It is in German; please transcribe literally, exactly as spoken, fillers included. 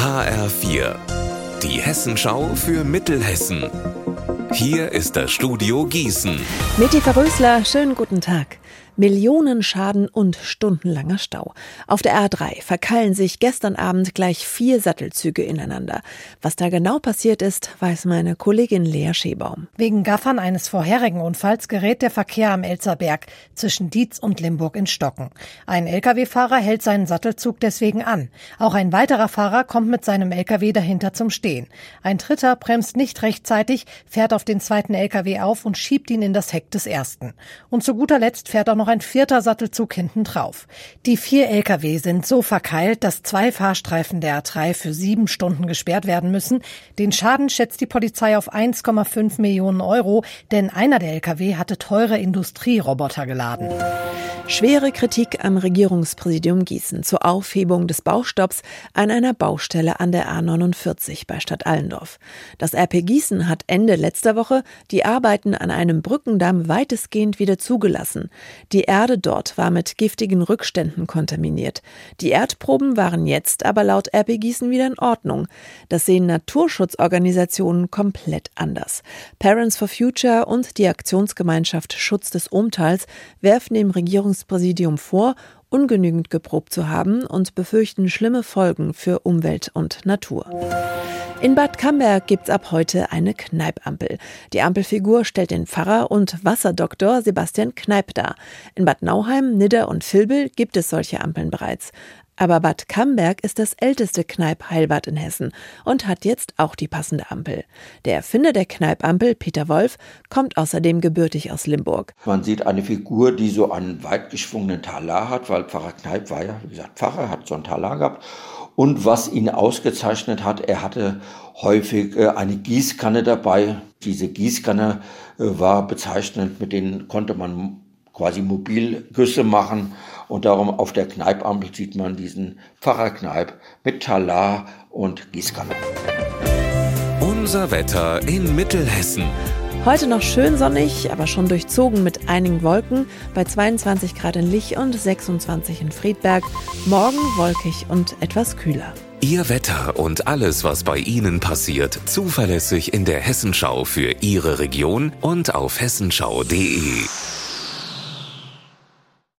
H R vier, die Hessenschau für Mittelhessen. Hier ist das Studio Gießen. Meti Verrösler, schönen guten Tag. Millionenschaden und stundenlanger Stau. Auf der A drei verkeilen sich gestern Abend gleich vier Sattelzüge ineinander. Was da genau passiert ist, weiß meine Kollegin Lea Schebaum. Wegen Gaffern eines vorherigen Unfalls gerät der Verkehr am Elzerberg zwischen Dietz und Limburg in Stocken. Ein L K W-Fahrer hält seinen Sattelzug deswegen an. Auch ein weiterer Fahrer kommt mit seinem L K W dahinter zum Stehen. Ein dritter bremst nicht rechtzeitig, fährt auf den zweiten L K W auf und schiebt ihn in das Heck des ersten. Und zu guter Letzt fährt auch noch ein vierter Sattelzug hinten drauf. Die vier L K W sind so verkeilt, dass zwei Fahrstreifen der A drei für sieben Stunden gesperrt werden müssen. Den Schaden schätzt die Polizei auf eins Komma fünf Millionen Euro, denn einer der L K W hatte teure Industrieroboter geladen. Schwere Kritik am Regierungspräsidium Gießen zur Aufhebung des Baustopps an einer Baustelle an der A neunundvierzig bei Stadt Allendorf. Das R P Gießen hat Ende letzter Woche die Arbeiten an einem Brückendamm weitestgehend wieder zugelassen. Die Erde dort war mit giftigen Rückständen kontaminiert. Die Erdproben waren jetzt aber laut R P Gießen wieder in Ordnung. Das sehen Naturschutzorganisationen komplett anders. Parents for Future und die Aktionsgemeinschaft Schutz des Ohmtals werfen dem Regierungspräsidium vor, ungenügend geprobt zu haben und befürchten schlimme Folgen für Umwelt und Natur. In Bad Camberg gibt's ab heute eine Kneipampel. Die Ampelfigur stellt den Pfarrer und Wasserdoktor Sebastian Kneipp dar. In Bad Nauheim, Nidda und Vilbel gibt es solche Ampeln bereits. Aber Bad Camberg ist das älteste Kneipp-Heilbad in Hessen und hat jetzt auch die passende Ampel. Der Erfinder der Kneipampel, Peter Wolf, kommt außerdem gebürtig aus Limburg. Man sieht eine Figur, die so einen weit geschwungenen Talar hat, weil Pfarrer Kneipp war ja, wie gesagt, Pfarrer, hat so einen Talar gehabt. Und was ihn ausgezeichnet hat, er hatte häufig eine Gießkanne dabei. Diese Gießkanne war bezeichnend, mit denen konnte man quasi Mobilgüsse machen. Und darum auf der Kneipampel sieht man diesen Pfarrer Kneipp mit Talar und Gießkanne. Unser Wetter in Mittelhessen. Heute noch schön sonnig, aber schon durchzogen mit einigen Wolken, bei zweiundzwanzig Grad in Lich und sechsundzwanzig in Friedberg. Morgen wolkig und etwas kühler. Ihr Wetter und alles, was bei Ihnen passiert, zuverlässig in der Hessenschau für Ihre Region und auf hessenschau punkt de.